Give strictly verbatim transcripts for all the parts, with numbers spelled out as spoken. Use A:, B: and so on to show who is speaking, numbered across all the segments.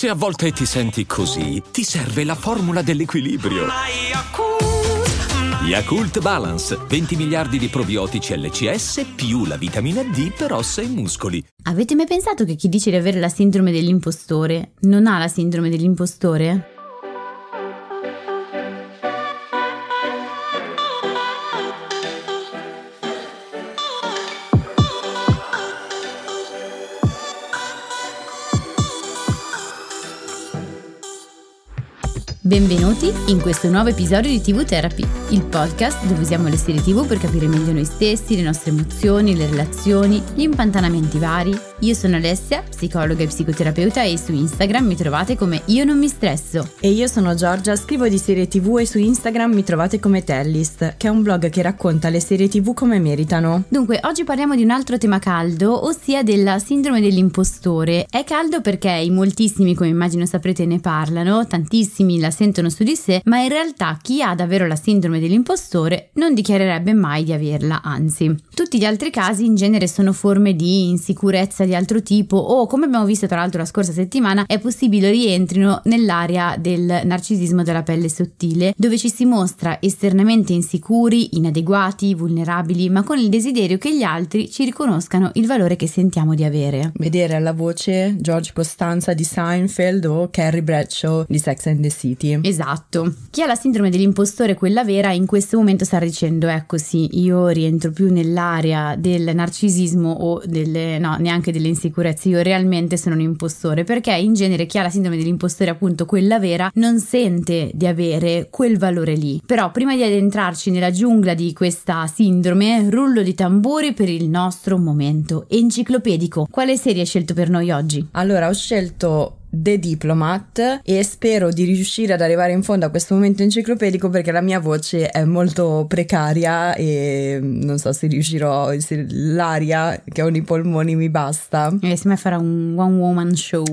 A: Se a volte ti senti così, ti serve la formula dell'equilibrio. Yakult Balance, venti miliardi di probiotici L C S più la vitamina D per ossa e muscoli.
B: Avete mai pensato che chi dice di avere la sindrome dell'impostore non ha la sindrome dell'impostore? Benvenuti in questo nuovo episodio di T V Therapy, il podcast dove usiamo le serie T V per capire meglio noi stessi, le nostre emozioni, le relazioni, gli impantanamenti vari. Io sono Alessia, psicologa e psicoterapeuta, e su Instagram mi trovate come Io non mi stresso.
C: E io sono Giorgia, scrivo di serie T V e su Instagram mi trovate come Tellist, che è un blog che racconta le serie T V come meritano.
B: Dunque, oggi parliamo di un altro tema caldo, ossia della sindrome dell'impostore. È caldo perché in moltissimi, come immagino saprete, ne parlano, tantissimi la sentono su di sé, ma in realtà chi ha davvero la sindrome dell'impostore non dichiarerebbe mai di averla, anzi. Tutti gli altri casi in genere sono forme di insicurezza di altro tipo o, come abbiamo visto tra l'altro la scorsa settimana, è possibile rientrino nell'area del narcisismo della pelle sottile, dove ci si mostra esternamente insicuri, inadeguati, vulnerabili, ma con il desiderio che gli altri ci riconoscano il valore che sentiamo di avere.
C: Vedere alla voce George Costanza di Seinfeld o Carrie Bradshaw di Sex and the City.
B: Esatto. Chi ha la sindrome dell'impostore, quella vera, in questo momento sta dicendo ecco sì, io rientro più nell'area del narcisismo o delle, no, neanche delle insicurezze, io realmente sono un impostore, perché in genere chi ha la sindrome dell'impostore, appunto quella vera, non sente di avere quel valore lì. Però prima di addentrarci nella giungla di questa sindrome, rullo di tamburi per il nostro momento enciclopedico. Quale serie hai scelto per noi oggi?
C: Allora, ho scelto The Diplomat e spero di riuscire ad arrivare in fondo a questo momento enciclopedico perché la mia voce è molto precaria e non so se riuscirò, se l'aria che ho nei polmoni mi basta.
B: Eh, se me farà un one woman show.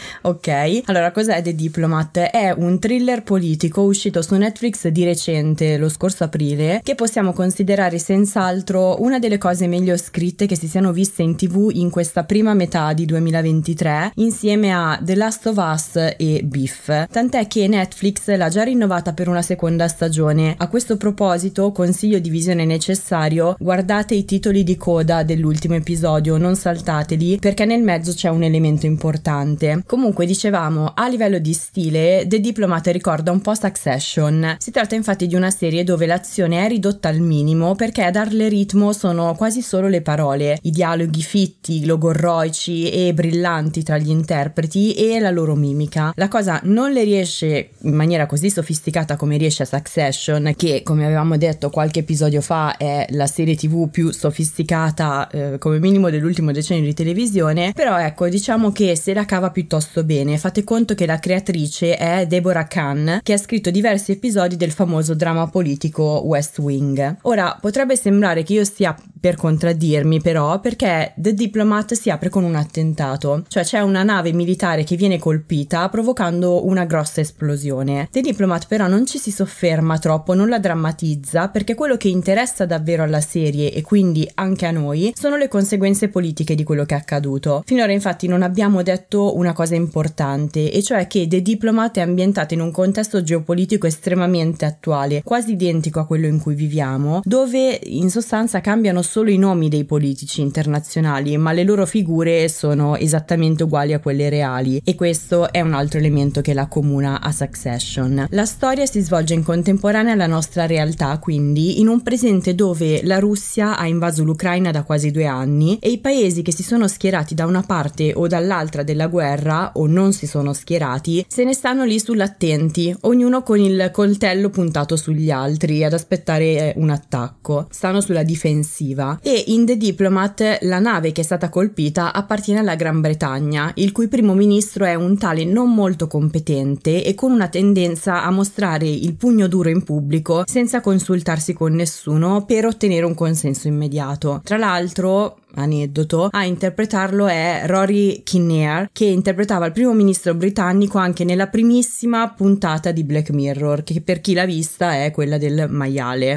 C: Ok, allora cos'è The Diplomat? È un thriller politico uscito su Netflix di recente, lo scorso aprile, che possiamo considerare senz'altro una delle cose meglio scritte che si siano viste in tv in questa prima metà di duemilaventitré, insieme a The Last of Us e Beef, tant'è che Netflix l'ha già rinnovata per una seconda stagione. A questo proposito consiglio di visione necessario, guardate i titoli di coda dell'ultimo episodio, non saltateli perché nel mezzo c'è un elemento importante. Comunque, dicevamo, a livello di stile The Diplomat ricorda un po' Succession. Si tratta infatti di una serie dove l'azione è ridotta al minimo perché a darle ritmo sono quasi solo le parole, i dialoghi fitti, logorroici e brillanti tra gli interpreti e la loro mimica. La cosa non le riesce in maniera così sofisticata come riesce a Succession, che come avevamo detto qualche episodio fa è la serie tv più sofisticata eh, come minimo dell'ultimo decennio di televisione, però ecco, diciamo che se la cava piuttosto bene. Fate conto che la creatrice è Deborah Kahn, che ha scritto diversi episodi del famoso dramma politico West Wing. Ora, potrebbe sembrare che io stia per contraddirmi, però, perché The Diplomat si apre con un attentato, cioè c'è una nave militare che viene colpita provocando una grossa esplosione. The Diplomat però non ci si sofferma troppo, non la drammatizza, perché quello che interessa davvero alla serie e quindi anche a noi sono le conseguenze politiche di quello che è accaduto. Finora infatti non abbiamo detto una cosa importante, e cioè che The Diplomat è ambientato in un contesto geopolitico estremamente attuale, quasi identico a quello in cui viviamo, dove in sostanza cambiano solo i nomi dei politici internazionali, ma le loro figure sono esattamente uguali a quelle reali, e questo è un altro elemento che la accomuna a Succession. La storia si svolge in contemporanea alla nostra realtà, quindi in un presente dove la Russia ha invaso l'Ucraina da quasi due anni e i paesi che si sono schierati da una parte o dall'altra della guerra, o non si sono schierati, se ne stanno lì sull'attenti, ognuno con il coltello puntato sugli altri ad aspettare un attacco. Stanno sulla difensiva, e in The Diplomat la nave che è stata colpita appartiene alla Gran Bretagna, il cui primo ministro è un tale non molto competente e con una tendenza a mostrare il pugno duro in pubblico senza consultarsi con nessuno per ottenere un consenso immediato. Tra l'altro, aneddoto, a interpretarlo è Rory Kinnear, che interpretava il primo ministro britannico anche nella primissima puntata di Black Mirror, che per chi l'ha vista è quella del maiale.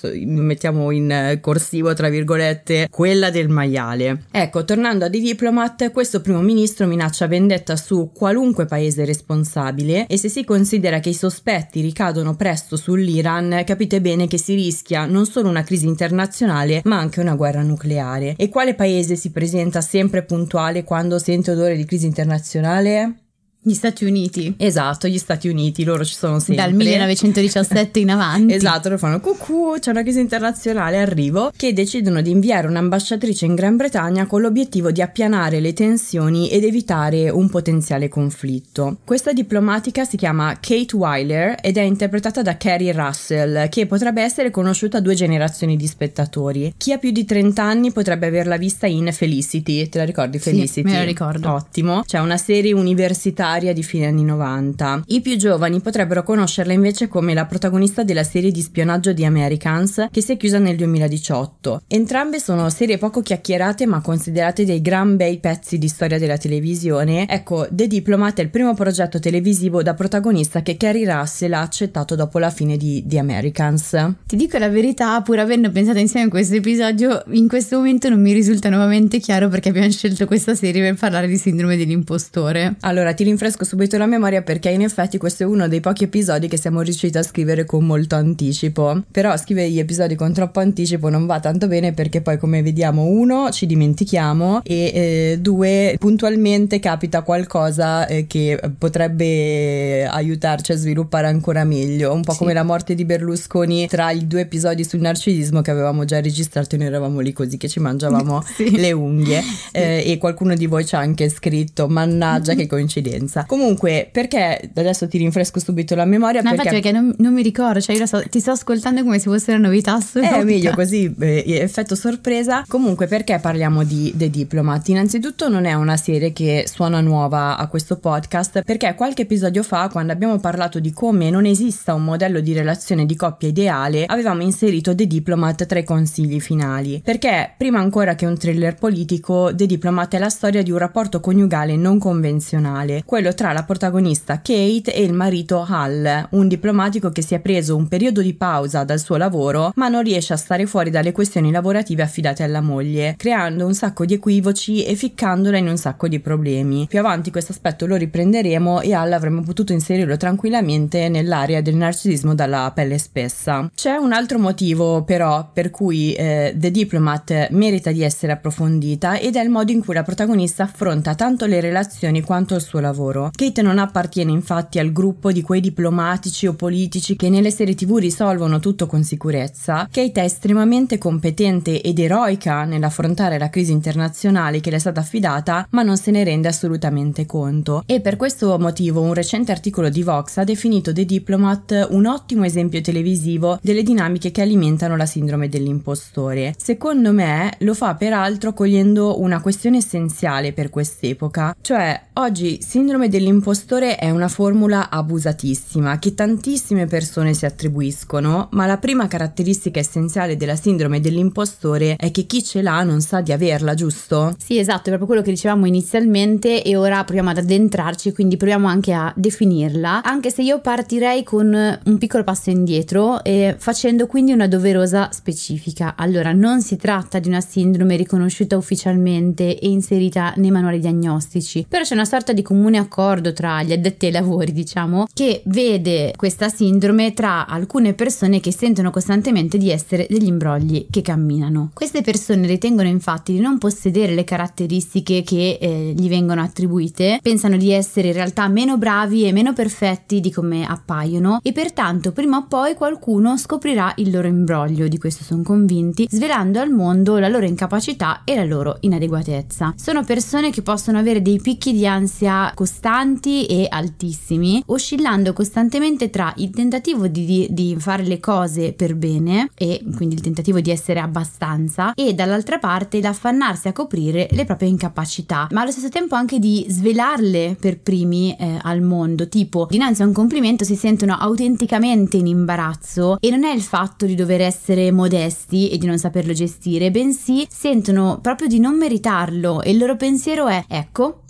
C: mettiamo in corsivo tra virgolette, quella del maiale. Ecco, tornando a The Diplomat, questo primo ministro minaccia vendetta su qualunque paese responsabile, e se si considera che i sospetti ricadono presto sull'Iran, capite bene che si rischia non solo una crisi internazionale ma anche una guerra nucleare. E quale paese si presenta sempre puntuale quando sente odore di crisi internazionale?
B: Gli Stati Uniti.
C: Esatto, gli Stati Uniti, loro ci sono sempre.
B: Dal millenovecentodiciassette in avanti.
C: Esatto, lo fanno cucù, c'è una crisi internazionale, arrivo, che decidono di inviare un'ambasciatrice in Gran Bretagna con l'obiettivo di appianare le tensioni ed evitare un potenziale conflitto. Questa diplomatica si chiama Kate Wyler ed è interpretata da Keri Russell, che potrebbe essere conosciuta a due generazioni di spettatori. Chi ha più di trenta anni potrebbe averla vista in Felicity, te la ricordi Felicity?
B: Sì, me la ricordo.
C: Ottimo, c'è una serie universitaria di fine anni novanta. I più giovani potrebbero conoscerla invece come la protagonista della serie di spionaggio The Americans, che si è chiusa nel duemiladiciotto. Entrambe sono serie poco chiacchierate ma considerate dei gran bei pezzi di storia della televisione. Ecco, The Diplomat è il primo progetto televisivo da protagonista che Keri Russell ha accettato dopo la fine di The Americans.
B: Ti dico la verità, pur avendo pensato insieme a questo episodio, in questo momento non mi risulta nuovamente chiaro perché abbiamo scelto questa serie per parlare di sindrome dell'impostore.
C: Allora, ti rinfresco subito la memoria perché in effetti questo è uno dei pochi episodi che siamo riusciti a scrivere con molto anticipo, però scrivere gli episodi con troppo anticipo non va tanto bene perché poi, come vediamo, uno, ci dimentichiamo e eh, due, puntualmente capita qualcosa eh, che potrebbe aiutarci a sviluppare ancora meglio, un po' sì, come la morte di Berlusconi tra i due episodi sul narcisismo che avevamo già registrato e noi eravamo lì così che ci mangiavamo sì, le unghie sì, eh, e qualcuno di voi ci ha anche scritto mannaggia che coincidenza. Comunque, perché adesso ti rinfresco subito la memoria?
B: No,
C: perché,
B: perché non, non mi ricordo, cioè io so, ti sto ascoltando come se fosse una novità assoluta.
C: È meglio così, eh, effetto sorpresa. Comunque, perché parliamo di The Diplomat? Innanzitutto non è una serie che suona nuova a questo podcast, perché qualche episodio fa, quando abbiamo parlato di come non esista un modello di relazione di coppia ideale, avevamo inserito The Diplomat tra i consigli finali. Perché prima ancora che un thriller politico, The Diplomat è la storia di un rapporto coniugale non convenzionale, quello tra la protagonista Kate e il marito Hal, un diplomatico che si è preso un periodo di pausa dal suo lavoro ma non riesce a stare fuori dalle questioni lavorative affidate alla moglie, creando un sacco di equivoci e ficcandola in un sacco di problemi. Più avanti questo aspetto lo riprenderemo e Hal avremmo potuto inserirlo tranquillamente nell'area del narcisismo dalla pelle spessa. C'è un altro motivo però per cui eh, The Diplomat merita di essere approfondita ed è il modo in cui la protagonista affronta tanto le relazioni quanto il suo lavoro. Kate non appartiene infatti al gruppo di quei diplomatici o politici che nelle serie tv risolvono tutto con sicurezza. Kate è estremamente competente ed eroica nell'affrontare la crisi internazionale che le è stata affidata, ma non se ne rende assolutamente conto. E per questo motivo un recente articolo di Vox ha definito The Diplomat un ottimo esempio televisivo delle dinamiche che alimentano la sindrome dell'impostore. Secondo me lo fa peraltro cogliendo una questione essenziale per quest'epoca, cioè oggi sindrome dell'impostore è una formula abusatissima che tantissime persone si attribuiscono, ma la prima caratteristica essenziale della sindrome dell'impostore è che chi ce l'ha non sa di averla, giusto?
B: Sì, esatto, è proprio quello che dicevamo inizialmente e ora proviamo ad addentrarci, quindi proviamo anche a definirla, anche se io partirei con un piccolo passo indietro e facendo quindi una doverosa specifica. Allora, non si tratta di una sindrome riconosciuta ufficialmente e inserita nei manuali diagnostici, però c'è una sorta di comune accordo tra gli addetti ai lavori, diciamo, che vede questa sindrome tra alcune persone che sentono costantemente di essere degli imbrogli che camminano. Queste persone ritengono infatti di non possedere le caratteristiche che eh, gli vengono attribuite, pensano di essere in realtà meno bravi e meno perfetti di come appaiono e pertanto prima o poi qualcuno scoprirà il loro imbroglio, di questo sono convinti, svelando al mondo la loro incapacità e la loro inadeguatezza. Sono persone che possono avere dei picchi di ansia costanti e altissimi, oscillando costantemente tra il tentativo di, di, di fare le cose per bene e quindi il tentativo di essere abbastanza e dall'altra parte l'affannarsi a coprire le proprie incapacità, ma allo stesso tempo anche di svelarle per primi eh, al mondo, tipo dinanzi a un complimento si sentono autenticamente in imbarazzo e non è il fatto di dover essere modesti e di non saperlo gestire, bensì sentono proprio di non meritarlo e il loro pensiero è: ecco,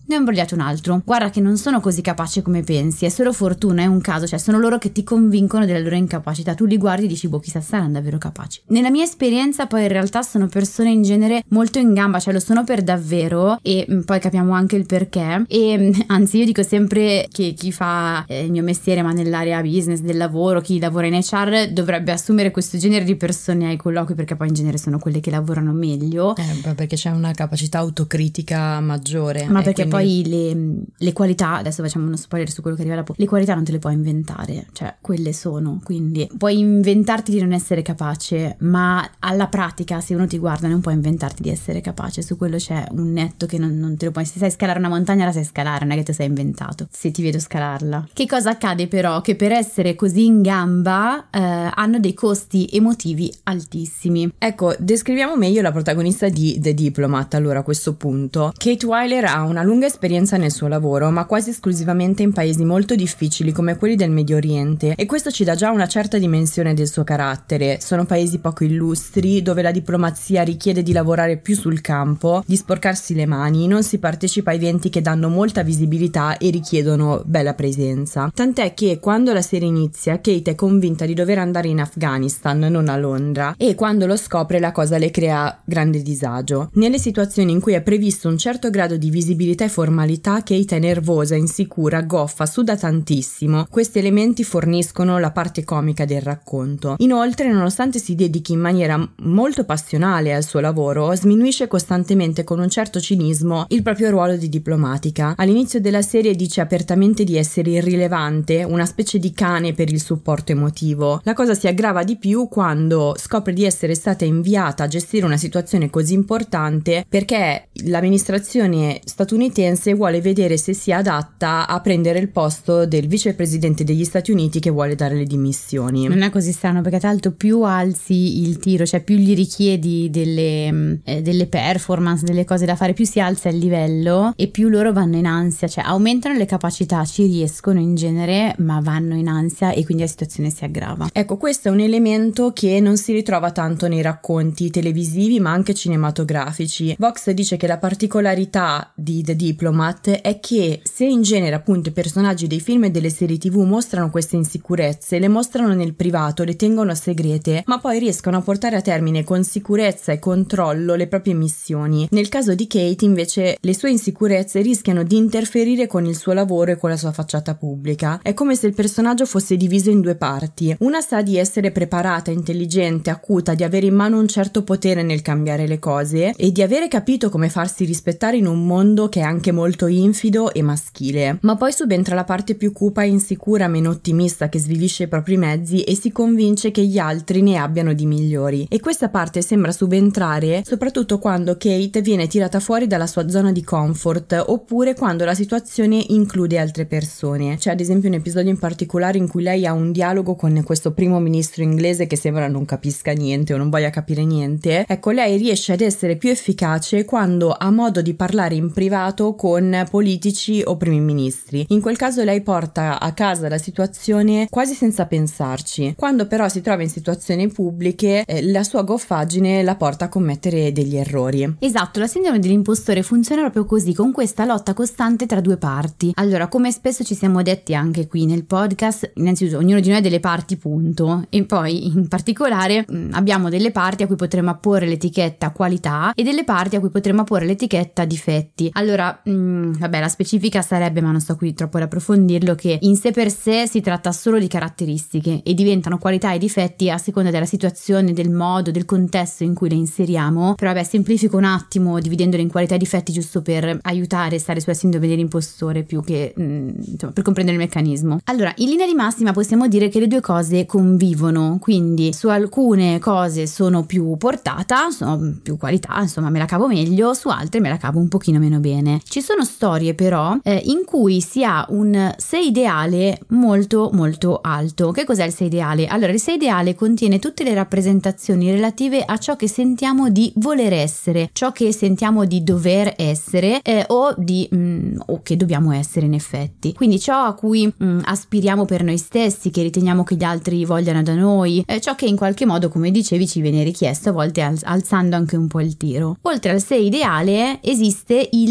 B: ne ho imbrogliato un altro. Guarda che non sono così capace come pensi, è solo fortuna, è un caso, cioè sono loro che ti convincono della loro incapacità. Tu li guardi e dici, boh, chissà, saranno davvero capaci. Nella mia esperienza poi in realtà sono persone in genere molto in gamba, cioè lo sono per davvero, e poi capiamo anche il perché. E anzi, io dico sempre che chi fa eh, il mio mestiere, ma nell'area business, del lavoro, chi lavora in H R, dovrebbe assumere questo genere di persone ai colloqui, perché poi in genere sono quelle che lavorano meglio.
C: Eh, perché c'è una capacità autocritica maggiore.
B: Ma perché
C: quindi...
B: poi le, le qualità, adesso facciamo uno spoiler su quello che arriva dopo, le qualità non te le puoi inventare, cioè quelle sono, quindi puoi inventarti di non essere capace, ma alla pratica se uno ti guarda non puoi inventarti di essere capace, su quello c'è un netto che non, non te lo puoi. Se sai scalare una montagna la sai scalare, non è che te sei inventato, se ti vedo scalarla. Che cosa accade però? Che per essere così in gamba eh, hanno dei costi emotivi altissimi.
C: Ecco, descriviamo meglio la protagonista di The Diplomat. Allora, a questo punto Kate Weiler ha una lunga esperienza nel suo lavoro, ma quasi esclusivamente in paesi molto difficili come quelli del Medio Oriente, e questo ci dà già una certa dimensione del suo carattere. Sono paesi poco illustri, dove la diplomazia richiede di lavorare più sul campo, di sporcarsi le mani, non si partecipa a eventi che danno molta visibilità e richiedono bella presenza. Tant'è che quando la serie inizia, Kate è convinta di dover andare in Afghanistan, non a Londra, e quando lo scopre la cosa le crea grande disagio. Nelle situazioni in cui è previsto un certo grado di visibilità e formalità, Kate è nervosa, insicura, goffa, suda tantissimo. Questi elementi forniscono la parte comica del racconto. Inoltre, nonostante si dedichi in maniera molto passionale al suo lavoro, sminuisce costantemente con un certo cinismo il proprio ruolo di diplomatica. All'inizio della serie dice apertamente di essere irrilevante, una specie di cane per il supporto emotivo. La cosa si aggrava di più quando scopre di essere stata inviata a gestire una situazione così importante perché l'amministrazione statunitense vuole vedere se sia adatta a prendere il posto del vicepresidente degli Stati Uniti che vuole dare le dimissioni.
B: Non è così strano, perché tra l'altro più alzi il tiro, cioè più gli richiedi delle, eh, delle performance, delle cose da fare, più si alza il livello e più loro vanno in ansia, cioè aumentano le capacità, ci riescono in genere, ma vanno in ansia e quindi la situazione si aggrava.
C: Ecco, questo è un elemento che non si ritrova tanto nei racconti televisivi ma anche cinematografici. Vox dice che la particolarità di The Diplomat è che se in genere appunto i personaggi dei film e delle serie tv mostrano queste insicurezze, le mostrano nel privato, le tengono segrete, ma poi riescono a portare a termine con sicurezza e controllo le proprie missioni. Nel caso di Kate invece le sue insicurezze rischiano di interferire con il suo lavoro e con la sua facciata pubblica. È come se il personaggio fosse diviso in due parti. Una sa di essere preparata, intelligente, acuta, di avere in mano un certo potere nel cambiare le cose e di avere capito come farsi rispettare in un mondo che è anche molto infido e maschile. Ma poi subentra la parte più cupa e insicura, meno ottimista, che svilisce i propri mezzi e si convince che gli altri ne abbiano di migliori. E questa parte sembra subentrare soprattutto quando Kate viene tirata fuori dalla sua zona di comfort, oppure quando la situazione include altre persone. C'è ad esempio un episodio in particolare in cui lei ha un dialogo con questo primo ministro inglese che sembra non capisca niente o non voglia capire niente. Ecco, lei riesce ad essere più efficace quando ha modo di parlare in privato con politici o primi ministri. In quel caso lei porta a casa la situazione quasi senza pensarci. Quando però si trova in situazioni pubbliche, eh, la sua goffaggine la porta a commettere degli errori.
B: Esatto, la sindrome dell'impostore funziona proprio così, con questa lotta costante tra due parti. Allora, come spesso ci siamo detti anche qui nel podcast, innanzitutto ognuno di noi ha delle parti, punto, e poi in particolare mh, abbiamo delle parti a cui potremmo apporre l'etichetta qualità e delle parti a cui potremmo apporre l'etichetta difetti. Allora, mh, vabbè, la specifica sarebbe, ma non sto qui troppo ad approfondirlo, che in sé per sé si tratta solo di caratteristiche e diventano qualità e difetti a seconda della situazione, del modo, del contesto in cui le inseriamo. Però vabbè, semplifico un attimo dividendole in qualità e difetti giusto per aiutare a stare sulla sindrome dell'impostore più che mh, insomma, per comprendere il meccanismo. Allora, in linea di massima possiamo dire che le due cose convivono, quindi su alcune cose sono più portata, sono più qualità, insomma me la cavo meglio, su altre me la cavo un pochino meno bene. Ci sono storie però eh, in cui si ha un sé ideale molto molto alto. Che cos'è il sé ideale? Allora, il sé ideale contiene tutte le rappresentazioni relative a ciò che sentiamo di voler essere, ciò che sentiamo di dover essere eh, o di mh, o che dobbiamo essere in effetti, quindi ciò a cui mh, aspiriamo per noi stessi, che riteniamo che gli altri vogliano da noi, eh, ciò che in qualche modo, come dicevi, ci viene richiesto, a volte al- alzando anche un po' il tiro. Oltre al sé ideale esiste il sé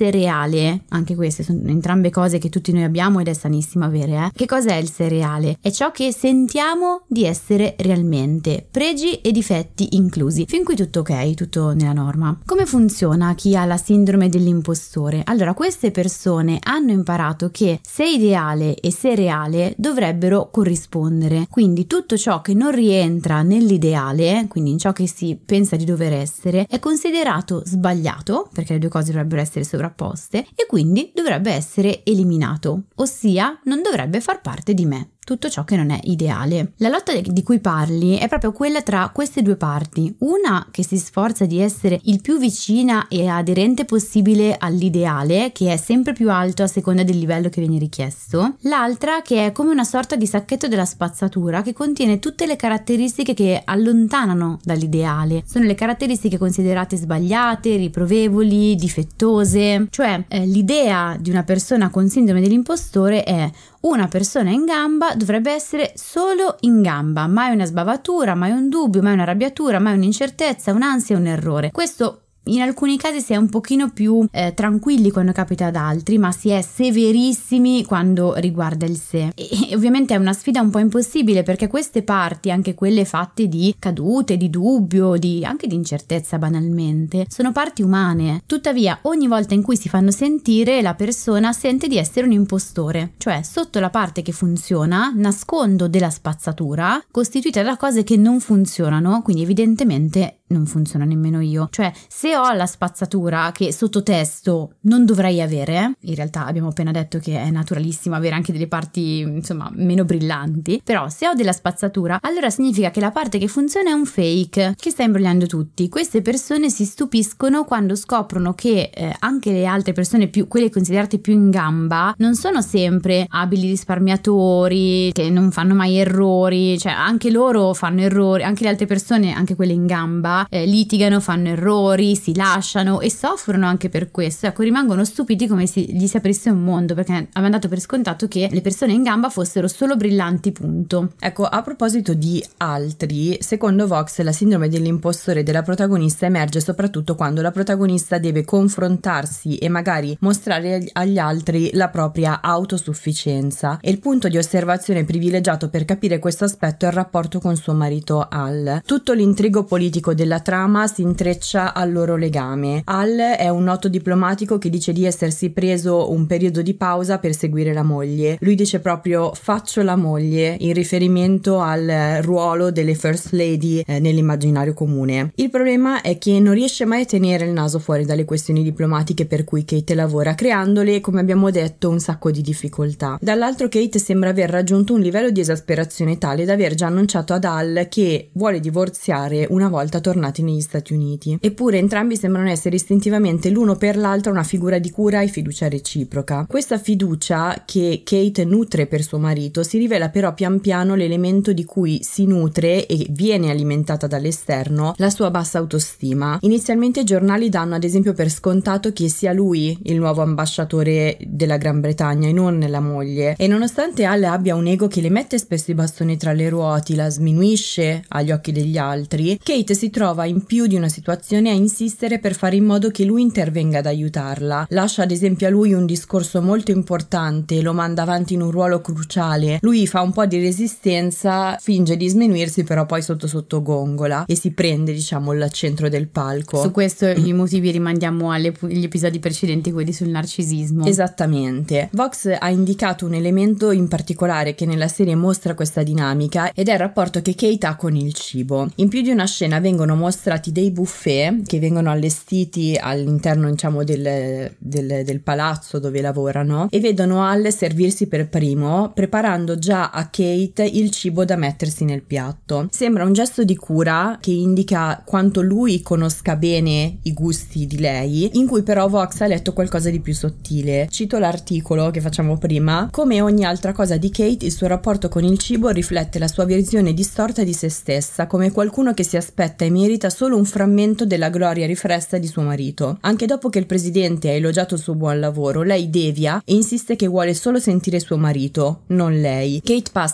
B: sereale, anche queste sono entrambe cose che tutti noi abbiamo ed è sanissimo avere, eh. Che cos'è il sereale? È ciò che sentiamo di essere realmente, pregi e difetti inclusi. Fin qui tutto ok, tutto nella norma. Come funziona chi ha la sindrome dell'impostore? Allora, queste persone hanno imparato che se ideale e se reale dovrebbero corrispondere, quindi tutto ciò che non rientra nell'ideale, quindi in ciò che si pensa di dover essere, è considerato sbagliato, perché le due cose dovrebbero essere sovrapposte, e quindi dovrebbe essere eliminato, ossia non dovrebbe far parte di me. Tutto ciò che non è ideale. La lotta di cui parli è proprio quella tra queste due parti, una che si sforza di essere il più vicina e aderente possibile all'ideale, che è sempre più alto a seconda del livello che viene richiesto, l'altra che è come una sorta di sacchetto della spazzatura che contiene tutte le caratteristiche che allontanano dall'ideale. Sono le caratteristiche considerate sbagliate, riprovevoli, difettose, cioè eh, l'idea di una persona con sindrome dell'impostore è: una persona in gamba dovrebbe essere solo in gamba, mai una sbavatura, mai un dubbio, mai una arrabbiatura, mai un'incertezza, un'ansia, un errore. Questo in alcuni casi si è un pochino più eh, tranquilli quando capita ad altri, ma si è severissimi quando riguarda il sé. E, e ovviamente è una sfida un po' impossibile, perché queste parti, anche quelle fatte di cadute, di dubbio, di, anche di incertezza banalmente, sono parti umane. Tuttavia, ogni volta in cui si fanno sentire, la persona sente di essere un impostore, cioè sotto la parte che funziona nascondo della spazzatura costituita da cose che non funzionano, quindi evidentemente non funziona nemmeno io. Cioè, se ho la spazzatura che sottotesto non dovrei avere, in realtà abbiamo appena detto che è naturalissimo avere anche delle parti insomma meno brillanti, però se ho della spazzatura allora significa che la parte che funziona è un fake che sta imbrogliando tutti. Queste persone si stupiscono quando scoprono che eh, anche le altre persone, più quelle considerate più in gamba, non sono sempre abili risparmiatori che non fanno mai errori, cioè anche loro fanno errori, anche le altre persone, anche quelle in gamba Eh, litigano, fanno errori, si lasciano e soffrono anche per questo. Ecco, rimangono stupiti come se gli si aprisse un mondo, perché avevano dato per scontato che le persone in gamba fossero solo brillanti, punto.
C: Ecco, a proposito di altri, secondo Vox la sindrome dell'impostore della protagonista emerge soprattutto quando la protagonista deve confrontarsi e magari mostrare agli altri la propria autosufficienza, e il punto di osservazione privilegiato per capire questo aspetto è il rapporto con suo marito Al. Tutto l'intrigo politico del la trama si intreccia al loro legame. Al è un noto diplomatico che dice di essersi preso un periodo di pausa per seguire la moglie. Lui dice proprio faccio la moglie, in riferimento al ruolo delle first lady eh, nell'immaginario comune. Il problema è che non riesce mai a tenere il naso fuori dalle questioni diplomatiche per cui Kate lavora, creandole, come abbiamo detto, un sacco di difficoltà. Dall'altro, Kate sembra aver raggiunto un livello di esasperazione tale da aver già annunciato ad Al che vuole divorziare una volta tornati negli Stati Uniti. Eppure entrambi sembrano essere istintivamente l'uno per l'altra una figura di cura e fiducia reciproca. Questa fiducia che Kate nutre per suo marito si rivela però pian piano l'elemento di cui si nutre e viene alimentata dall'esterno la sua bassa autostima. Inizialmente i giornali danno ad esempio per scontato che sia lui il nuovo ambasciatore della Gran Bretagna e non la moglie, e nonostante Al abbia un ego che le mette spesso i bastoni tra le ruote, la sminuisce agli occhi degli altri, Kate si trova in più di una situazione a insistere per fare in modo che lui intervenga ad aiutarla. Lascia ad esempio a lui un discorso molto importante, lo manda avanti in un ruolo cruciale, lui fa un po' di resistenza, finge di sminuirsi, però poi sotto sotto gongola e si prende, diciamo, il centro del palco.
B: Su questo i motivi rimandiamo agli episodi precedenti, quelli sul narcisismo.
C: Esattamente. Vox ha indicato un elemento in particolare che nella serie mostra questa dinamica ed è il rapporto che Kate ha con il cibo. In più di una scena vengono mostrati dei buffet che vengono allestiti all'interno, diciamo, del, del, del palazzo dove lavorano, e vedono Al servirsi per primo, preparando già a Kate il cibo da mettersi nel piatto. Sembra un gesto di cura che indica quanto lui conosca bene i gusti di lei, in cui però Vox ha letto qualcosa di più sottile. Cito l'articolo che facciamo prima: come ogni altra cosa di Kate, il suo rapporto con il cibo riflette la sua visione distorta di se stessa, come qualcuno che si aspetta e merita solo un frammento della gloria riflessa di suo marito. Anche dopo che il presidente ha elogiato il suo buon lavoro, lei devia e insiste che vuole solo sentire suo marito, non lei. Kate passa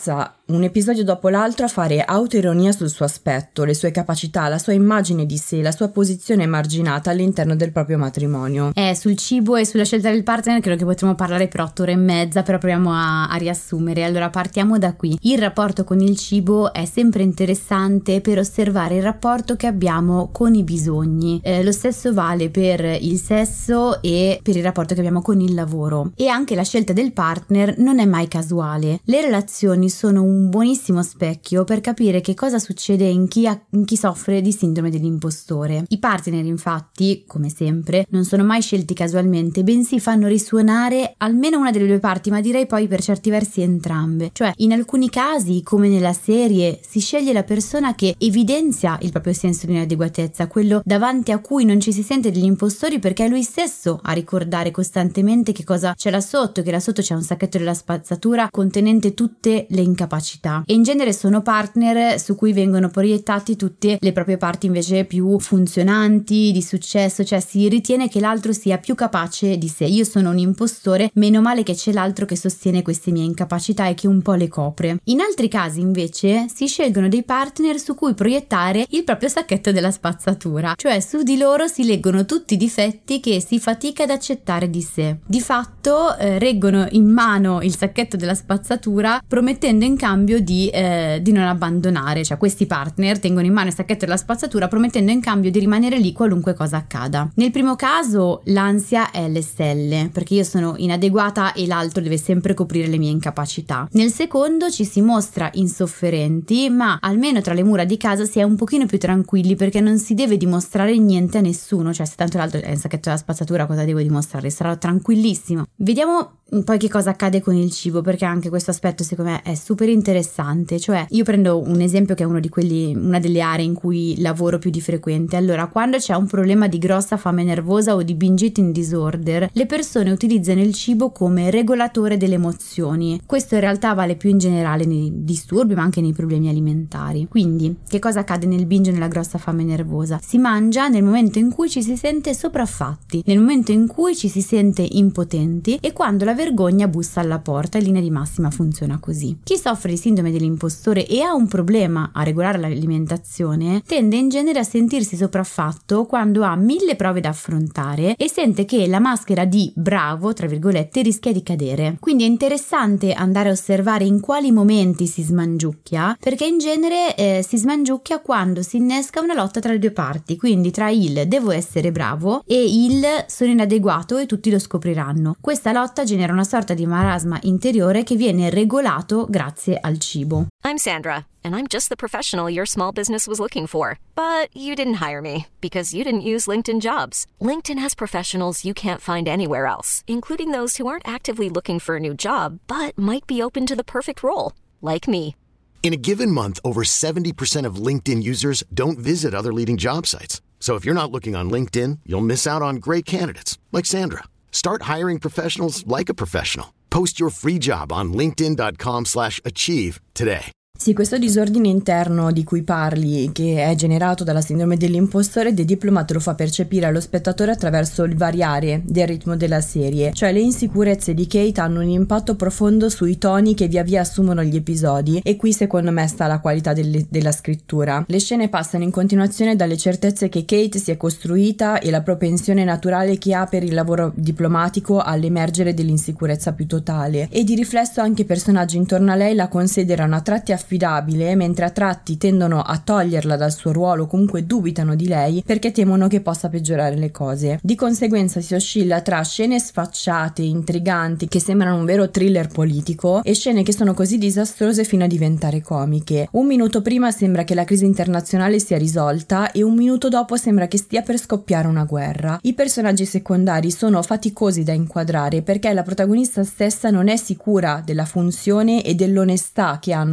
C: un episodio dopo l'altro a fare autoironia sul suo aspetto, le sue capacità, la sua immagine di sé, la sua posizione emarginata all'interno del proprio matrimonio.
B: Eh, sul cibo e sulla scelta del partner credo che potremmo parlare per otto ore e mezza, però proviamo a, a riassumere. Allora partiamo da qui. Il rapporto con il cibo è sempre interessante per osservare il rapporto che abbiamo con i bisogni. Eh, lo stesso vale per il sesso e per il rapporto che abbiamo con il lavoro. E anche la scelta del partner non è mai casuale. Le relazioni sono un buonissimo specchio per capire che cosa succede in chi, ha, in chi soffre di sindrome dell'impostore. I partner, infatti, come sempre, non sono mai scelti casualmente, bensì fanno risuonare almeno una delle due parti, ma direi poi per certi versi entrambe. Cioè, in alcuni casi, come nella serie, si sceglie la persona che evidenzia il proprio senso di inadeguatezza, quello davanti a cui non ci si sente degli impostori, perché è lui stesso a ricordare costantemente che cosa c'è là sotto, che là sotto c'è un sacchetto della spazzatura contenente tutte le incapacità. E in genere sono partner su cui vengono proiettati tutte le proprie parti invece più funzionanti, di successo, cioè si ritiene che l'altro sia più capace di sé. Io sono un impostore, meno male che c'è l'altro che sostiene queste mie incapacità e che un po' le copre. In altri casi invece si scelgono dei partner su cui proiettare il proprio sacchetto della spazzatura, cioè su di loro si leggono tutti i difetti che si fatica ad accettare di sé. Di fatto eh, reggono in mano il sacchetto della spazzatura promettendo in cambio di, eh, di non abbandonare, cioè questi partner tengono in mano il sacchetto della spazzatura promettendo in cambio di rimanere lì qualunque cosa accada. Nel primo caso l'ansia è alle stelle, perché io sono inadeguata e l'altro deve sempre coprire le mie incapacità. Nel secondo ci si mostra insofferenti, ma almeno tra le mura di casa si è un pochino più tranquilli, perché non si deve dimostrare niente a nessuno, cioè se tanto l'altro è il sacchetto della spazzatura cosa devo dimostrare? Sarò tranquillissimo. Vediamo poi che cosa accade con il cibo, perché anche questo aspetto secondo me è super interessante. Cioè io prendo un esempio che è uno di quelli, una delle aree in cui lavoro più di frequente. Allora, quando c'è un problema di grossa fame nervosa o di binge eating disorder, le persone utilizzano il cibo come regolatore delle emozioni. Questo in realtà vale più in generale nei disturbi, ma anche nei problemi alimentari. Quindi che cosa accade nel binge e nella grossa fame nervosa? Si mangia nel momento in cui ci si sente sopraffatti, nel momento in cui ci si sente impotenti e quando la vergogna bussa alla porta. In linea di massima funziona così. Chi soffre di sindrome dell'impostore e ha un problema a regolare l'alimentazione tende in genere a sentirsi sopraffatto quando ha mille prove da affrontare e sente che la maschera di bravo, tra virgolette, rischia di cadere. Quindi è interessante andare a osservare in quali momenti si smangiucchia, perché in genere eh, si smangiucchia quando si innesca una lotta tra le due parti, quindi tra il devo essere bravo e il sono inadeguato e tutti lo scopriranno. Questa lotta genera una sorta di marasma interiore che viene regolato grazie al cibo.
D: I'm Sandra, and I'm just the professional your small business was looking for. But you didn't hire me because you didn't use LinkedIn Jobs. LinkedIn has professionals you can't find anywhere else, including those who aren't actively looking for a new job, but might be open to the perfect role, like me.
E: In a given month, over seventy percent of LinkedIn users don't visit other leading job sites. So if you're not looking on LinkedIn, you'll miss out on great candidates like Sandra. Start hiring professionals like a professional. Post your free job on linkedin dot com slash achieve today.
C: Sì, questo disordine interno di cui parli, che è generato dalla sindrome dell'impostore, The Diplomat lo fa percepire allo spettatore attraverso il variare del ritmo della serie, cioè le insicurezze di Kate hanno un impatto profondo sui toni che via via assumono gli episodi, e qui secondo me sta la qualità delle, della scrittura. Le scene passano in continuazione dalle certezze che Kate si è costruita e la propensione naturale che ha per il lavoro diplomatico all'emergere dell'insicurezza più totale, e di riflesso anche i personaggi intorno a lei la considerano a tratti affidabili, mentre a tratti tendono a toglierla dal suo ruolo, comunque dubitano di lei perché temono che possa peggiorare le cose. Di conseguenza si oscilla tra scene sfacciate, intriganti, che sembrano un vero thriller politico, e scene che sono così disastrose fino a diventare comiche. Un minuto prima sembra che la crisi internazionale sia risolta e un minuto dopo sembra che stia per scoppiare una guerra. I personaggi secondari sono faticosi da inquadrare perché la protagonista stessa non è sicura della funzione e dell'onestà che hanno nei suoi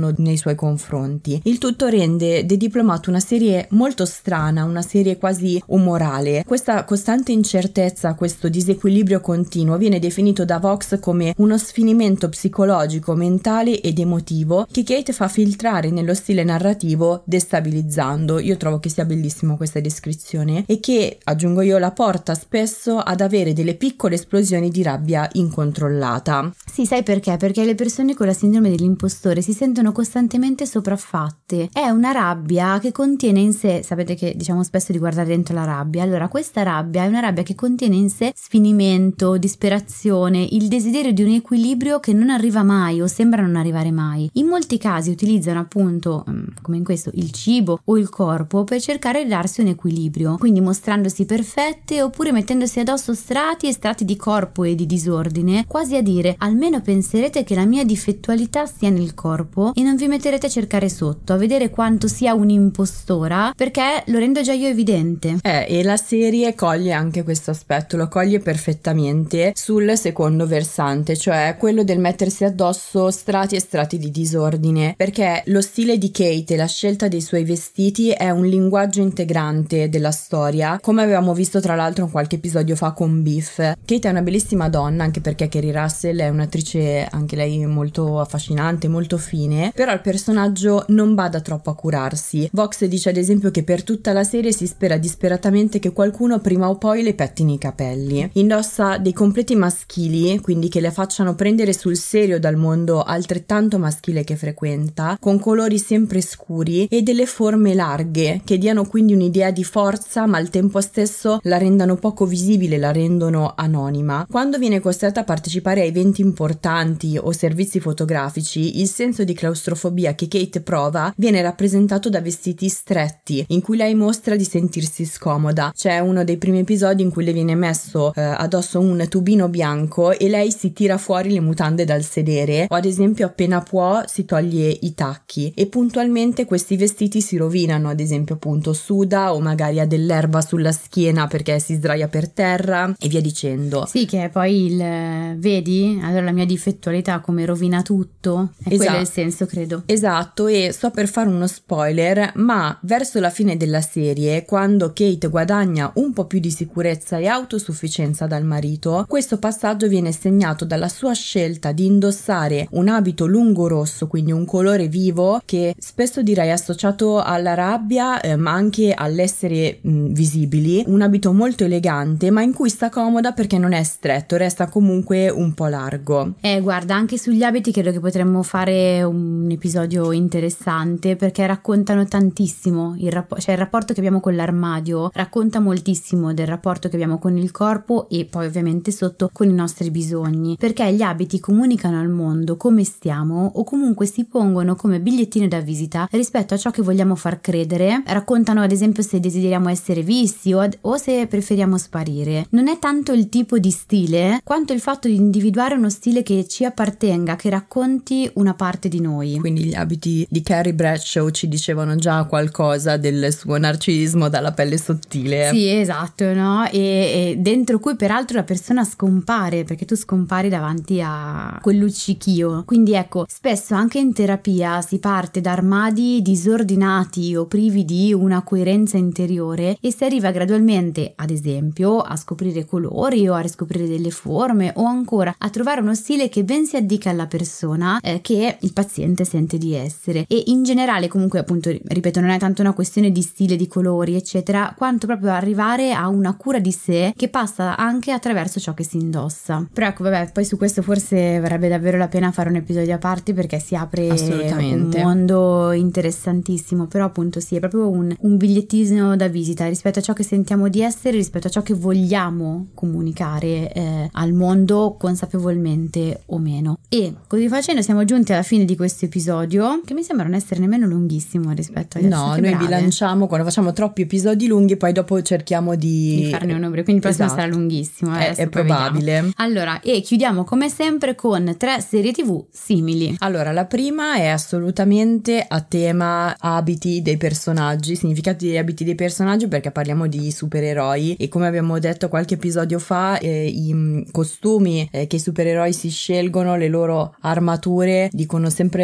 C: suoi confronti. Il tutto rende The Diplomat una serie molto strana, una serie quasi umorale. Questa costante incertezza, questo disequilibrio continuo viene definito da Vox come uno sfinimento psicologico, mentale ed emotivo che Kate fa filtrare nello stile narrativo, destabilizzando. Io trovo che sia bellissimo questa descrizione e che, aggiungo io, la porta spesso ad avere delle piccole esplosioni di rabbia incontrollata.
B: Sì, sai perché? Perché le persone con la sindrome dell'impostore si sentono costantemente sopraffatte. È una rabbia che contiene in sé, sapete che diciamo spesso di guardare dentro la rabbia, allora questa rabbia è una rabbia che contiene in sé sfinimento, disperazione, il desiderio di un equilibrio che non arriva mai o sembra non arrivare mai. In molti casi utilizzano appunto, come in questo, il cibo o il corpo per cercare di darsi un equilibrio, quindi mostrandosi perfette oppure mettendosi addosso strati e strati di corpo e di disordine, quasi a dire: almeno penserete che la mia difettualità stia nel corpo e non vi metterete a cercare sotto, a vedere quanto sia un'impostora, perché lo rendo già io evidente.
C: Eh, e la serie coglie anche questo aspetto, lo coglie perfettamente sul secondo versante, cioè quello del mettersi addosso strati e strati di disordine, perché lo stile di Kate e la scelta dei suoi vestiti è un linguaggio integrante della storia, come avevamo visto tra l'altro in qualche episodio fa con Beef. Kate è una bellissima donna, anche perché Kerry Russell è un'attrice anche lei molto affascinante, molto fine, però il personaggio non bada troppo a curarsi. Vox dice ad esempio che per tutta la serie si spera disperatamente che qualcuno prima o poi le pettini i capelli. Indossa dei completi maschili, quindi che le facciano prendere sul serio dal mondo altrettanto maschile che frequenta, con colori sempre scuri e delle forme larghe che diano quindi un'idea di forza ma al tempo stesso la rendano poco visibile, la rendono anonima. Quando viene costretta a partecipare a eventi importanti o servizi fotografici, il senso di claustrofobia che Kate prova viene rappresentato da vestiti stretti in cui lei mostra di sentirsi scomoda. C'è uno dei primi episodi in cui le viene messo eh, addosso un tubino bianco e lei si tira fuori le mutande dal sedere, o ad esempio appena può si toglie i tacchi, e puntualmente questi vestiti si rovinano, ad esempio appunto suda o magari ha dell'erba sulla schiena perché si sdraia per terra e via dicendo.
B: Sì, che poi il vedi, allora la mia difettualità come rovina tutto, è
C: esatto.
B: quello il senso, credo.
C: Esatto, e sto per fare uno spoiler, ma verso la fine della serie, quando Kate guadagna un po' più di sicurezza e autosufficienza dal marito, questo passaggio viene segnato dalla sua scelta di indossare un abito lungo rosso, quindi un colore vivo che spesso direi associato alla rabbia eh, ma anche all'essere mh, visibili, un abito molto elegante ma in cui sta comoda perché non è stretto, resta comunque un po' largo.
B: Eh guarda, anche sugli abiti credo che potremmo fare un episodio interessante, perché raccontano tantissimo il rapporto, cioè il rapporto che abbiamo con l'armadio racconta moltissimo del rapporto che abbiamo con il corpo e poi ovviamente sotto con i nostri bisogni, perché gli abiti comunicano al mondo come stiamo o comunque si pongono come bigliettino da visita rispetto a ciò che vogliamo far credere, raccontano ad esempio se desideriamo essere visti o, ad, o se preferiamo sparire. Non è tanto il tipo di stile quanto il fatto di individuare uno stile che ci appartenga, che racconti una parte di noi.
C: Quindi gli abiti di Carrie Bradshaw ci dicevano già qualcosa del suo narcisismo dalla pelle sottile.
B: Sì, esatto, no? E, e dentro cui peraltro la persona scompare, perché tu scompari davanti a quel luccichio. Quindi ecco, spesso anche in terapia si parte da armadi disordinati o privi di una coerenza interiore e si arriva gradualmente, ad esempio, a scoprire colori o a riscoprire delle forme o ancora a trovare uno stile che ben si addica alla persona eh, che il paziente sente di essere. E in generale comunque, appunto, ripeto, non è tanto una questione di stile, di colori eccetera, quanto proprio arrivare a una cura di sé che passa anche attraverso ciò che si indossa. Però ecco, vabbè, poi su questo forse varrebbe davvero la pena fare un episodio a parte, perché si apre un mondo interessantissimo. Però appunto sì, è proprio un, un bigliettino da visita rispetto a ciò che sentiamo di essere, rispetto a ciò che vogliamo comunicare eh, al mondo, consapevolmente o meno. E così facendo siamo giunti alla fine di questo episodio, che mi sembra non essere nemmeno lunghissimo rispetto agli altri.
C: No, noi brave. bilanciamo quando facciamo troppi episodi lunghi, poi dopo cerchiamo di,
B: di farne un numero, quindi il prossimo
C: esatto.
B: sarà lunghissimo.
C: È, è probabile.
B: Vediamo. Allora, e chiudiamo come sempre con tre serie tv simili.
C: Allora, la prima è assolutamente a tema abiti dei personaggi, significati degli abiti dei personaggi, perché parliamo di supereroi e come abbiamo detto qualche episodio fa, eh, i costumi eh, che i supereroi si scelgono, le loro armature dicono sempre qualcosa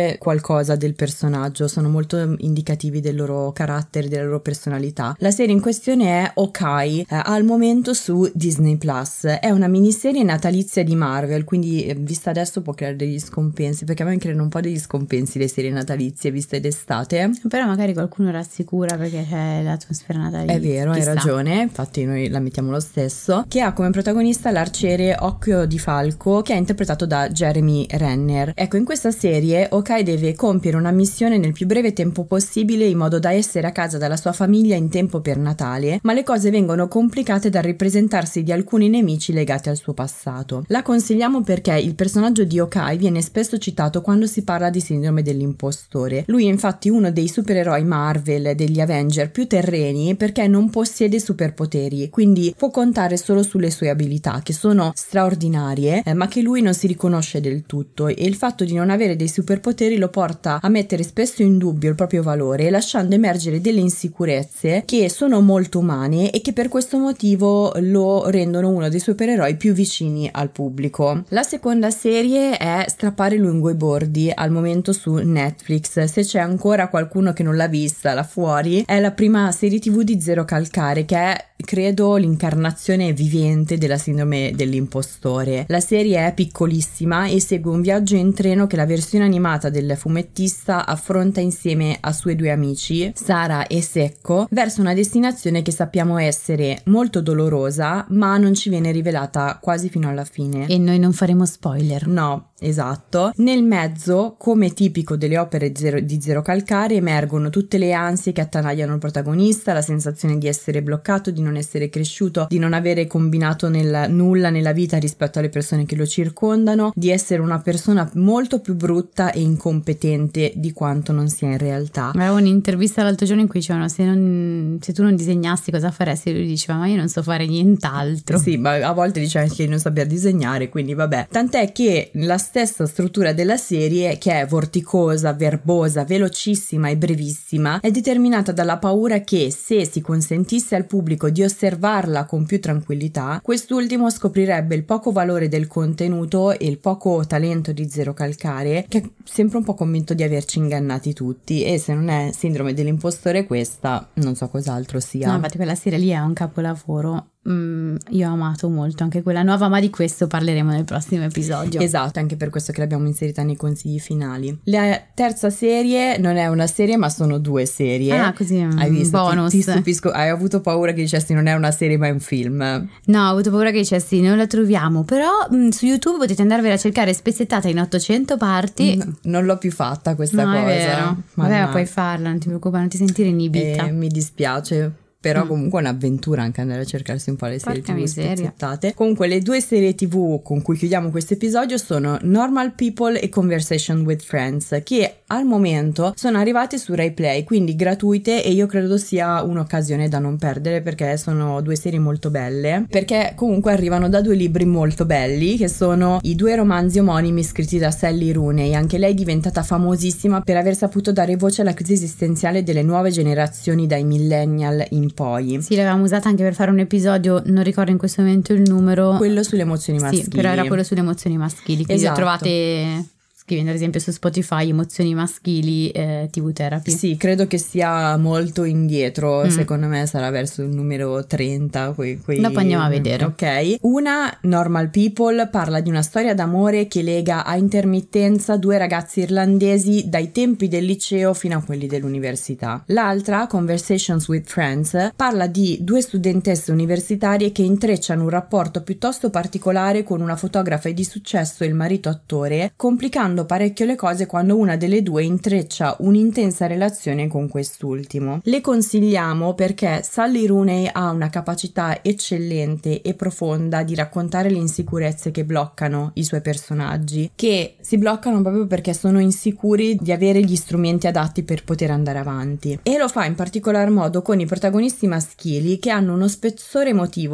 C: qualcosa del personaggio, sono molto indicativi del loro carattere, della loro personalità. La serie in questione è Hawkeye, eh, al momento su Disney Plus. È una miniserie natalizia di Marvel, quindi eh, vista adesso può creare degli scompensi, perché a me creano un po' degli scompensi le serie natalizie viste d'estate.
B: Però magari qualcuno rassicura perché c'è l'atmosfera natalizia.
C: È vero,
B: chissà.
C: hai ragione, infatti noi la mettiamo lo stesso, che ha come protagonista l'arciere Occhio di Falco, che è interpretato da Jeremy Renner. Ecco, in questa serie Hawkeye deve compiere una missione nel più breve tempo possibile in modo da essere a casa dalla sua famiglia in tempo per Natale, ma le cose vengono complicate dal ripresentarsi di alcuni nemici legati al suo passato. La consigliamo perché il personaggio di Hawkeye viene spesso citato quando si parla di sindrome dell'impostore. Lui è infatti uno dei supereroi Marvel degli Avenger più terreni perché non possiede superpoteri, quindi può contare solo sulle sue abilità, che sono straordinarie, eh, ma che lui non si riconosce del tutto, e il fatto di non avere dei superpoteri lo porta a mettere spesso in dubbio il proprio valore, lasciando emergere delle insicurezze che sono molto umane e che per questo motivo lo rendono uno dei supereroi più vicini al pubblico. La seconda serie è Strappare lungo i bordi, al momento su Netflix. Se c'è ancora qualcuno che non l'ha vista là fuori, è la prima serie tv di Zero Calcare, che è credo l'incarnazione vivente della sindrome dell'impostore. La serie è piccolissima e segue un viaggio in treno che la versione animata del fumettista affronta insieme a suoi due amici, Sara e Secco, verso una destinazione che sappiamo essere molto dolorosa, ma non ci viene rivelata quasi fino alla fine.
B: E noi non faremo spoiler.
C: No, esatto. Nel mezzo, come tipico delle opere zero, di Zero Calcare, emergono tutte le ansie che attanagliano il protagonista, la sensazione di essere bloccato, di non essere cresciuto, di non avere combinato nel, nulla nella vita rispetto alle persone che lo circondano, di essere una persona molto più brutta e incompetente di quanto non sia in realtà.
B: Avevo un'intervista l'altro giorno in cui dicevano se, non, se tu non disegnassi cosa faresti? Lui diceva ma io non so fare nient'altro.
C: Sì, ma a volte dice anche di non saper disegnare, quindi vabbè. Tant'è che la stessa struttura della serie, che è vorticosa, verbosa, velocissima e brevissima, è determinata dalla paura che se si consentisse al pubblico di osservarla con più tranquillità, quest'ultimo scoprirebbe il poco valore del contenuto e il poco talento di Zero Calcare, che è sempre un po' convinto di averci ingannati tutti, e se non è sindrome dell'impostore questa, non so cos'altro sia.
B: No, infatti quella serie lì è un capolavoro. Mm, io ho amato molto anche quella nuova, ma di questo parleremo nel prossimo episodio.
C: Esatto, anche per questo che l'abbiamo inserita nei consigli finali. La terza serie non è una serie ma sono due serie.
B: Ah, così
C: hai visto?
B: bonus.
C: Ti, ti stupisco, hai avuto paura che dicessi non è una serie ma è un film?
B: No, ho avuto paura che dicessi non la troviamo, però mh, su YouTube potete andarvela a cercare spezzettata in ottocento parti.
C: No, non l'ho più fatta questa
B: no,
C: cosa.
B: È vero. Vabbè,
C: ma
B: puoi farla, non ti preoccupare, non ti sentire inibita.
C: Eh, mi dispiace. Però
B: Mm.
C: comunque è un'avventura anche andare a cercarsi un po' le serie
B: Porca
C: tv
B: miseria.
C: spezzettate. Comunque le due serie tv con cui chiudiamo questo episodio sono Normal People e Conversation with Friends, che al momento sono arrivate su Rai Play, quindi gratuite, e io credo sia un'occasione da non perdere perché sono due serie molto belle, perché comunque arrivano da due libri molto belli che sono i due romanzi omonimi scritti da Sally Rooney. Anche lei è diventata famosissima per aver saputo dare voce alla crisi esistenziale delle nuove generazioni dai millennial in poi.
B: Sì, l'avevamo usata anche per fare un episodio, non ricordo in questo momento il numero.
C: Quello sulle emozioni maschili.
B: Sì, però era quello sulle emozioni maschili, quindi
C: Esatto.
B: lo trovate scrivendo ad esempio su Spotify emozioni maschili eh, T V Therapy.
C: Sì, credo che sia molto indietro,
B: Mm.
C: secondo me sarà verso il numero trenta. Quei, quei...
B: Dopo andiamo a vedere.
C: Ok. Una, Normal People, parla di una storia d'amore che lega a intermittenza due ragazzi irlandesi dai tempi del liceo fino a quelli dell'università. L'altra, Conversations with Friends, parla di due studentesse universitarie che intrecciano un rapporto piuttosto particolare con una fotografa di successo e il marito attore, complicando parecchio le cose quando una delle due intreccia un'intensa relazione con quest'ultimo. Le consigliamo perché Sally Rooney ha una capacità eccellente e profonda di raccontare le insicurezze che bloccano i suoi personaggi, che si bloccano proprio perché sono insicuri di avere gli strumenti adatti per poter andare avanti, e lo fa in particolar modo con i protagonisti maschili che hanno uno spessore emotivo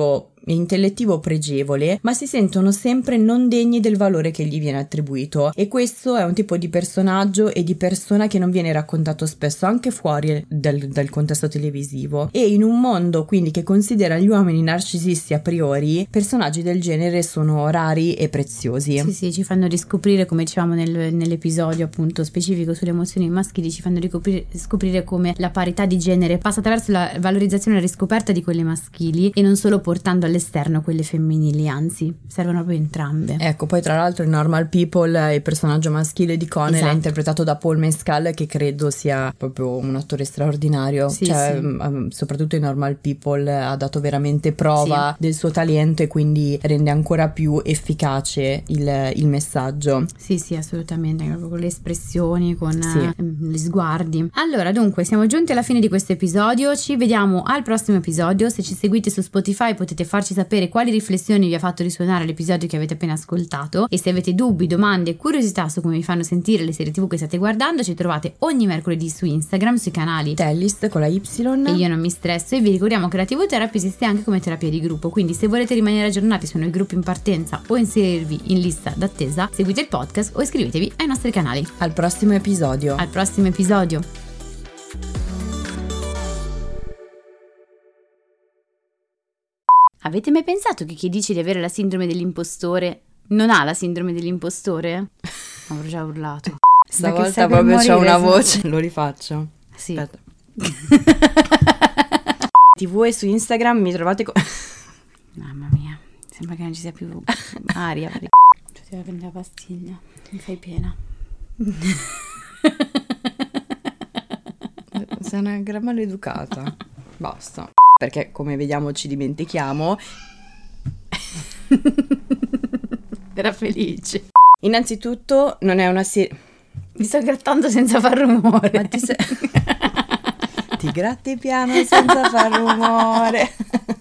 C: intellettivo pregevole, ma si sentono sempre non degni del valore che gli viene attribuito, e questo è un tipo di personaggio e di persona che non viene raccontato spesso anche fuori dal, dal contesto televisivo, e in un mondo quindi che considera gli uomini narcisisti a priori, personaggi del genere sono rari e preziosi.
B: Sì, sì, ci fanno riscoprire, come dicevamo nel, nell'episodio appunto specifico sulle emozioni maschili, ci fanno ricoprire, scoprire come la parità di genere passa attraverso la valorizzazione e la riscoperta di quelle maschili e non solo portando all'esterno quelle femminili, anzi servono proprio entrambe.
C: Ecco, poi tra l'altro in Normal People il personaggio maschile di Connell esatto. è interpretato da Paul Mescal, che credo sia proprio un attore straordinario,
B: sì,
C: cioè
B: sì.
C: Um, soprattutto in Normal People ha dato veramente prova sì. del suo talento, e quindi rende ancora più efficace il, il messaggio.
B: Sì, sì, assolutamente, proprio con le espressioni, con
C: sì.
B: eh, gli sguardi. Allora, dunque, siamo giunti alla fine di questo episodio, ci vediamo al prossimo episodio. Se ci seguite su Spotify potete farci sapere quali riflessioni vi ha fatto risuonare l'episodio che avete appena ascoltato, e se avete dubbi, domande e curiosità su come vi fanno sentire le serie tv che state guardando, ci trovate ogni mercoledì su Instagram, sui canali
C: Tellist con la Y
B: e Io Non Mi Stresso, e vi ricordiamo che la T V Therapy esiste anche come terapia di gruppo, quindi se volete rimanere aggiornati su nuovi gruppi in partenza o inserirvi in lista d'attesa, seguite il podcast o iscrivetevi ai nostri canali.
C: Al prossimo episodio.
B: Al prossimo episodio. Avete mai pensato che chi dice di avere la sindrome dell'impostore non ha la sindrome dell'impostore? Avrò già urlato.
C: Stavolta proprio c'ho una voce. Lo rifaccio.
B: Sì.
C: Aspetta. Tv e su Instagram mi trovate co-
B: Mamma mia, sembra che non ci sia più aria. Cioè, ti devo prendere la pastiglia. Mi fai pena.
C: Sei una gran maleducata. Basta. Perché come vediamo ci dimentichiamo.
B: Era felice.
C: Innanzitutto non è una serie.
B: Mi sto grattando senza far rumore.
C: Ma ti sei... ti gratti piano senza far rumore.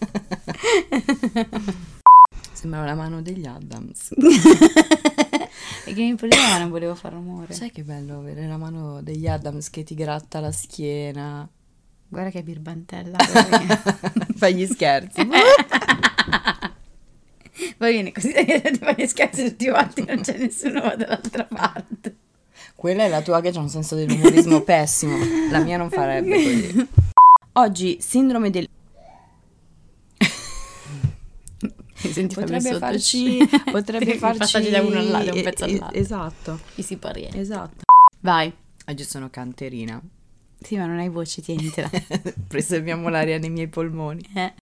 C: Sembra la mano degli Addams.
B: E che mi voleva, non volevo far rumore.
C: Sai che bello avere la mano degli Addams che ti gratta la schiena.
B: Guarda che birbantella.
C: Fai gli scherzi.
B: Va bene, così ti fai gli scherzi tutti quanti, non c'è nessuno dall'altra parte.
C: Quella è la tua che c'ha un senso dell'umorismo pessimo. La mia non farebbe così. Oggi sindrome del...
B: Senti,
C: potrebbe farci potrebbe farci
B: passaggi da uno all'altro, un pezzo all'altro.
C: Esatto.
B: Chi si pariente.
C: Esatto.
B: Vai.
C: Oggi sono canterina.
B: Sì, ma non hai voce, tienitela.
C: Preserviamo l'aria nei miei polmoni.
B: Eh.